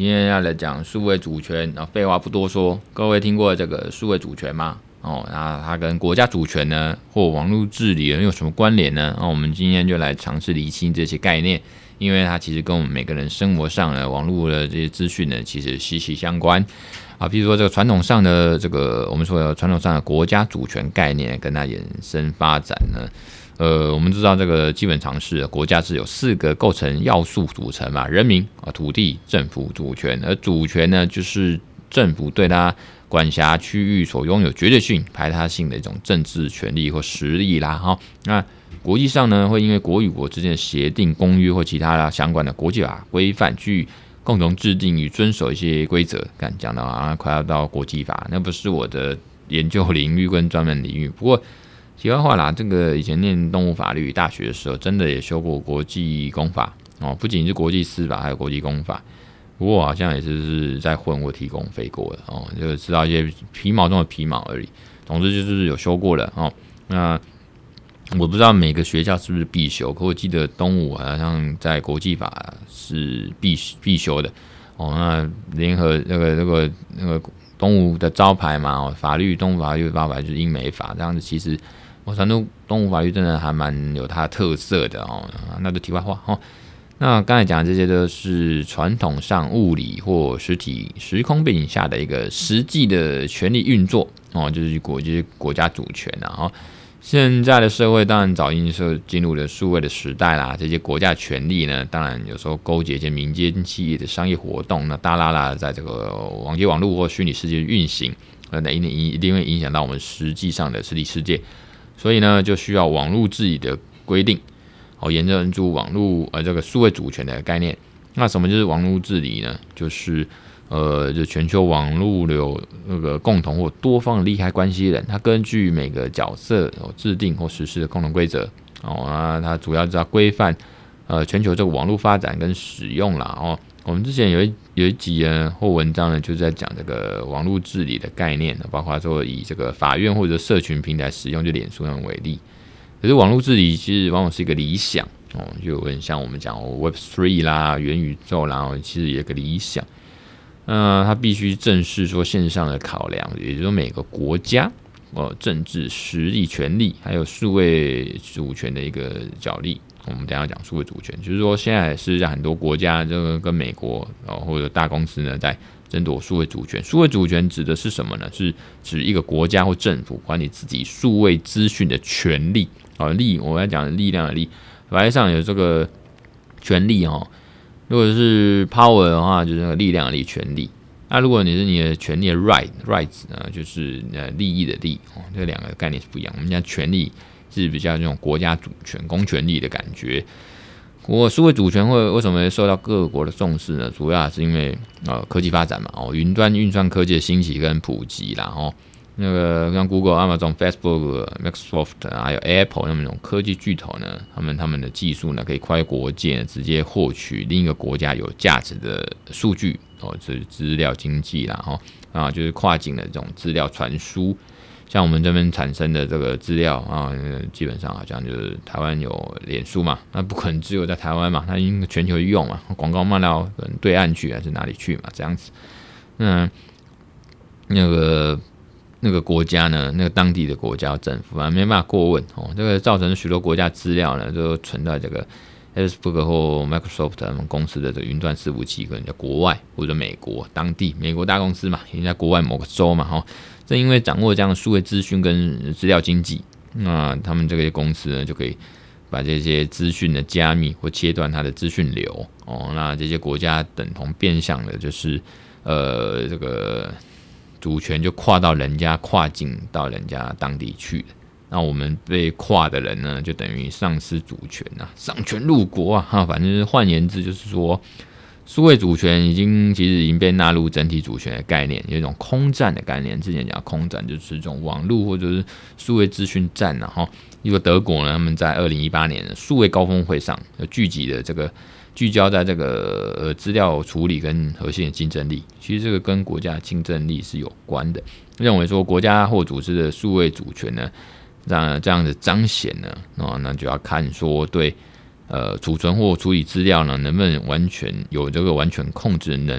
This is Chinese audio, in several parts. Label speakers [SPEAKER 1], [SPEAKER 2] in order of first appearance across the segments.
[SPEAKER 1] 今天要来讲数位主权，废话不多说，各位听过这个数位主权吗？那它跟国家主权呢，或网络治理有什么关联呢？我们今天就来尝试厘清这些概念，因为它其实跟我们每个人生活上的网络的这些资讯呢，其实息息相关。譬如说这个传统上的我们说的传统上的国家主权概念，跟它延伸发展呢。我们知道这个基本常识，国家是有4个构成要素组成嘛，人民、土地、政府、主权。而主权呢，就是政府对它管辖区域所拥有绝对性、排他性的一种政治权利或实力啦。那国际上呢，会因为国与国之间的协定、公约或其他相关的国际法规范，去共同制定与遵守一些规则。讲到快要到国际法，那不是我的研究领域跟专门领域，不过。题外话啦，这个以前念动物法律大学的时候，真的也修过国际公法不仅是国际司法，还有国际公法。不过好像也是在混或提供飞过的就知道一些皮毛中的皮毛而已。总之就是有修过的那我不知道每个学校是不是必修，可我记得动物好像在国际法是必修的那联合那个动物的招牌嘛法律动物法律的招牌就是英美法，这样子其实。传统动物法律真的还蛮有它的特色的那就题外话那刚才讲的这些都是传统上物理或实体时空背景下的一个实际的权力运作就是国家主权现在的社会当然早已经进入了数位的时代啦，这些国家权力呢，当然有时候勾结一些民间企业的商业活动，那大啦在这个网络或虚拟世界运行，那一定会影响到我们实际上的实体世界。所以呢，就需要网络治理的规定，研究出网络这个数位主权的概念。那什么就是网络治理呢？就是就全球网络有那个共同或多方的利害关系人，他根据每个角色制定或实施的共同规则那它主要是要规范全球这个网络发展跟使用啦我们之前有一集或文章呢，就是在讲这个网络治理的概念，包括说以这个法院或者社群平台使用，就脸书那种为例。可是网络治理其实往往是一个理想就有点像我们讲 Web3 啦、元宇宙啦，其实也有个理想。它必须正视说线上的考量，也就是说每个国家政治实力、权力，还有数位主权的一个角力。我们等一下讲数位主权，就是说现在是在很多国家，这个跟美国或者大公司呢，在争夺数位主权。数位主权指的是什么呢？是指一个国家或政府管理自己数位资讯的权利我要讲的力量的力，法律上有这个权利如果是 power 的话，就是那个力量的力，权利。那如果你的权利的 rights 呢，就是利益的利这两个概念是不一样。我们讲权利。是比较这种国家主权、公权力的感觉。数位主权为什么会受到各国的重视呢？主要还是因为科技发展嘛云端运算科技的兴起跟普及啦那个像 Google、Amazon、Facebook、Microsoft 还有 Apple 那种科技巨头呢，他们的技术呢可以跨越国界直接获取另一个国家有价值的数据这资料经济啦就是跨境的这种资料传输。像我们这边产生的这个资料基本上好像就是台湾有脸书嘛，那不可能只有在台湾嘛，它应该全球用嘛，广告卖到对岸去还是哪里去嘛，这样子。那个国家呢，那个当地的国家政府没办法过问这个造成许多国家资料呢都存在这个 Facebook 或 Microsoft 他们公司的这个云端伺服器，可能在国外或者美国当地，美国大公司嘛，已经在国外某个州嘛正因为掌握这样的数位资讯跟资料经济，那他们这个公司呢就可以把这些资讯的加密或切断它的资讯流那这些国家等同变相的就是这个主权就跨境到人家当地去了。那我们被跨的人呢，就等于丧失主权丧权入国反正换言之就是说。数位主权其实已经被纳入整体主权的概念，有一种空战的概念。之前讲空战就是这种网络或者是数位资讯战因为德国呢，他们在2018年的数位高峰会上聚焦在这个资料处理跟核心的竞争力。其实这个跟国家竞争力是有关的。认为说国家或组织的数位主权呢，这样的彰显呢，那就要看说对。储存或处理资料呢，能不能完全有这个完全控制的能力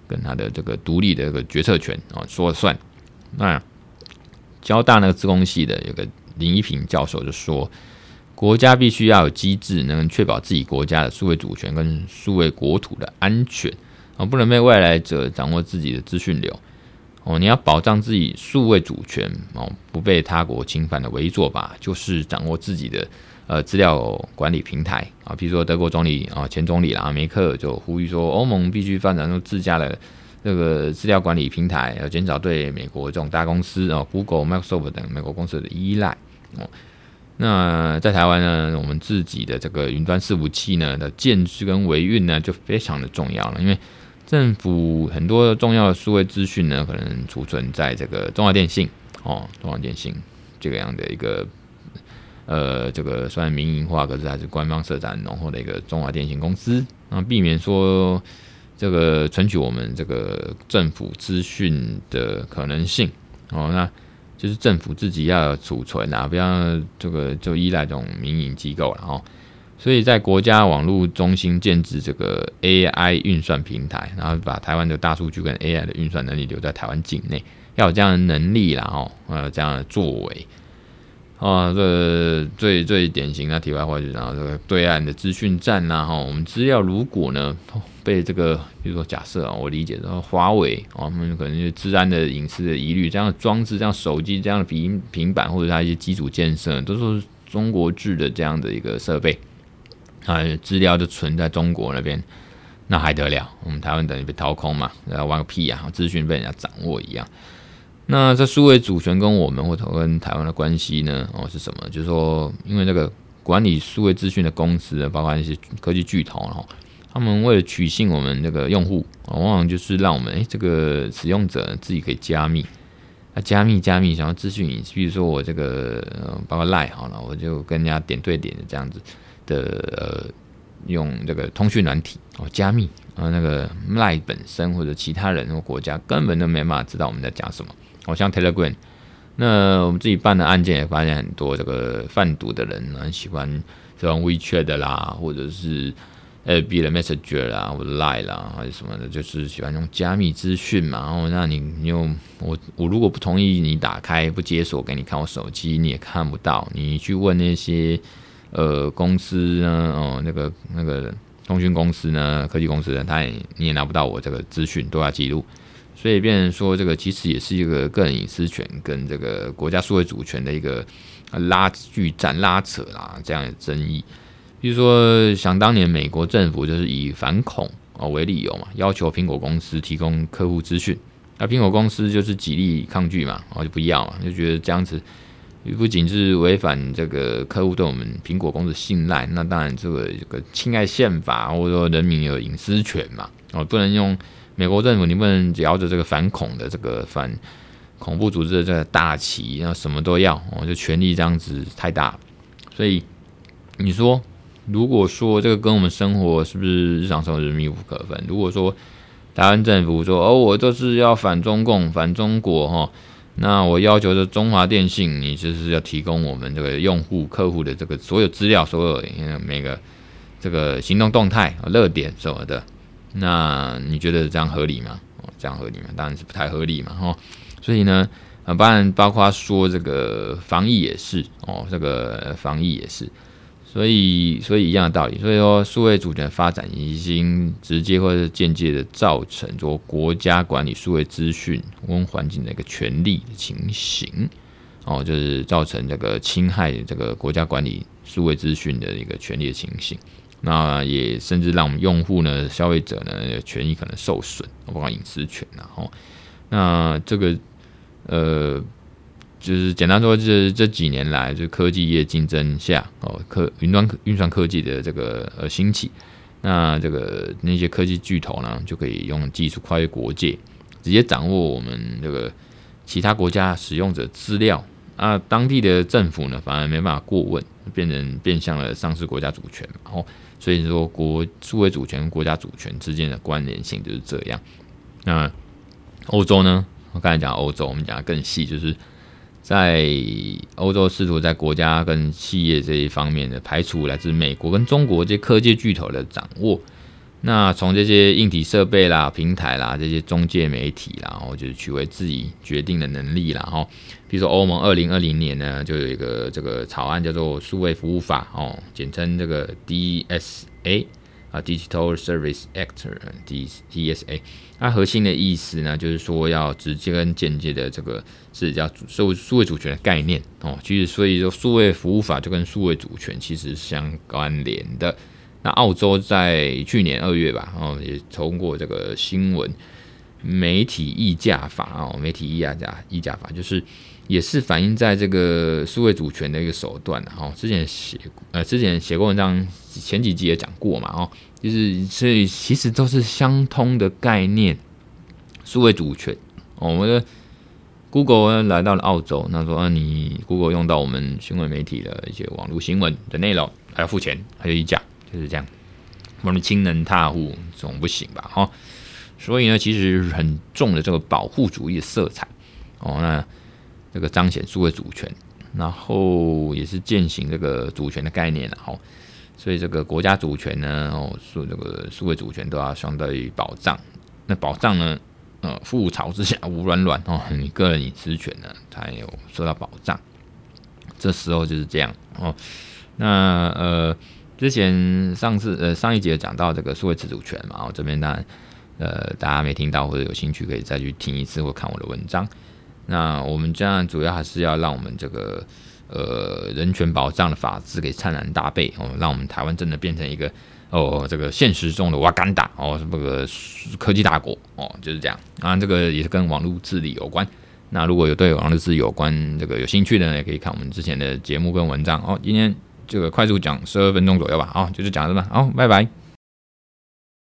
[SPEAKER 1] 跟他的这个独立的这个决策权说了算。那交大那个资工系的有个林一平教授就说，国家必须要有机制，能确保自己国家的数位主权跟数位国土的安全，不能被外来者掌握自己的资讯流。你要保障自己数位主权不被他国侵犯的唯一做法，就是掌握自己的资料管理平台啊。比如说德国总理前总理梅克就呼吁说，欧盟必须发展出自家的这个资料管理平台，要减少对美国这种大公司Google、Microsoft 等美国公司的依赖。那在台湾呢，我们自己的这个云端伺服器呢的建制跟维运呢就非常的重要了，因为政府很多重要的数位资讯呢，可能储存在这个中华电信这个样的一个这个虽然民营化，可是还是官方色彩很浓厚的一个中华电信公司，避免说这个存取我们这个政府资讯的可能性那就是政府自己要储存不要这个就依赖这种民营机构了所以在国家网络中心建置这个 AI 运算平台，然后把台湾的大数据跟 AI 的运算能力留在台湾境内，要有这样的能力啦这样的作为这最典型的题外话就是这个对岸的资讯战我们资料如果呢被这个比如说假设我理解的华为他们可能就治安的隐私的疑虑，这样的装置、这样手机、这样的平板或者它一些基础建设都是中国制的这样的一个设备资料就存在中国那边，那还得了？我们台湾等于被掏空嘛，玩个屁资讯被人家掌握一样。那这数位主权跟我们或者跟台湾的关系呢是什么？就是说，因为这个管理数位资讯的公司包括一些科技巨头他们为了取信我们这个用户往往就是让我们这个使用者自己可以加密加密想要资讯隐私，比如说我这个包括 LINE 好了，我就跟人家点对点的这样子的用这个通讯软体加密那个 LINE 本身或者其他人或国家根本都没办法知道我们在讲什么像 Telegram， 那我们自己办的案件也发现很多这个贩毒的人很喜欢这种 WeChat 的啦，或者是 FB 的 Messenger 啦，或者 Line 啦，还是什么的，就是喜欢用加密资讯嘛。然后那你用我如果不同意你打开不解锁给你看我手机，你也看不到。你去问那些公司呢那个通讯公司呢，科技公司呢，你也拿不到我这个资讯对话记录。所以变成说，这个其实也是一个个人隐私权跟这个国家数位主权的一个拉扯啦，这样的争议。比如说，想当年美国政府就是以反恐为理由嘛，要求苹果公司提供客户资讯，那苹果公司就是极力抗拒嘛，就不要嘛，就觉得这样子不仅是违反这个客户对我们苹果公司信赖，那当然这个侵害宪法或者说人民有隐私权嘛，不能用美国政府，你不能摇着这个反恐的这个反恐怖组织的这个大旗，然后什么都要就权力这样子太大，所以你说，如果说这个跟我们生活是不是日常生活是密不可分？如果说台湾政府说我就是要反中共、反中国那我要求的中华电信，你就是要提供我们这个用户、客户的这个所有资料、所有每个这个行动动态、热点什么的，那你觉得这样合理吗？这样合理吗？当然是不太合理嘛所以呢，当然包括说这个防疫也是这个防疫也是。所以一样的道理，所以说数位主权发展已经直接或者间接的造成说国家管理数位资讯跟环境的一个权利的情形就是造成这个侵害这个国家管理数位资讯的一个权利的情形。那也甚至让我们用户呢、消费者呢权益可能受损，包括隐私权那这个就是简单说，这几年来，就科技业竞争下云端运算科技的这个兴起，那那些科技巨头呢，就可以用技术跨越国界，直接掌握我们这个其他国家使用者资料当地的政府呢，反而没办法过问，变相的丧失国家主权嘛所以说数位主权跟国家主权之间的关联性就是这样。那欧洲呢，我刚才讲欧洲，我们讲的更细，就是在欧洲试图在国家跟企业这一方面的排除来自美国跟中国这些科技巨头的掌握， 那从这些硬体设备啦、平台啦、这些中介媒体啦，就是取为自己决定的能力啦，比如说欧盟2020年呢，就有一个这个草案叫做数位服务法简称这个 DSA Digital Service Act，DSA， 它核心的意思呢，就是说要直接跟间接的这个是叫数位主权的概念其实所以说数位服务法就跟数位主权其实是相关联的。那澳洲在去年2月吧，也通过这个新闻媒体议价法媒体议价法就是也是反映在这个数位主权的一个手段之前写过文章，前几集也讲过嘛就是所以其实都是相通的概念。数位主权我们的 Google 来到了澳洲，那说你 Google 用到我们新闻媒体的一些网络新闻的内容，还要付钱，还有议价。就是这样，我们倾囊踏户总不行吧所以呢，其实很重的这个保护主义的色彩那这个彰显数位主权，然后也是践行这个主权的概念所以这个国家主权呢这个数位主权都要相对于保障。那保障呢覆巢之下无卵卵你个人隐私权呢才有受到保障。这时候就是这样那之前上一节讲到这个数位自主权嘛这边当然大家没听到或者有兴趣可以再去听一次或看我的文章。那我们这样主要还是要让我们这个人权保障的法治给灿然大备让我们台湾真的变成一个这个现实中的瓦干达这个科技大国就是这样。当然这个也是跟网络治理有关。那如果有对网络治理有关这个有兴趣的呢，也可以看我们之前的节目跟文章今天这个快速讲12分钟左右吧就是讲这么拜拜。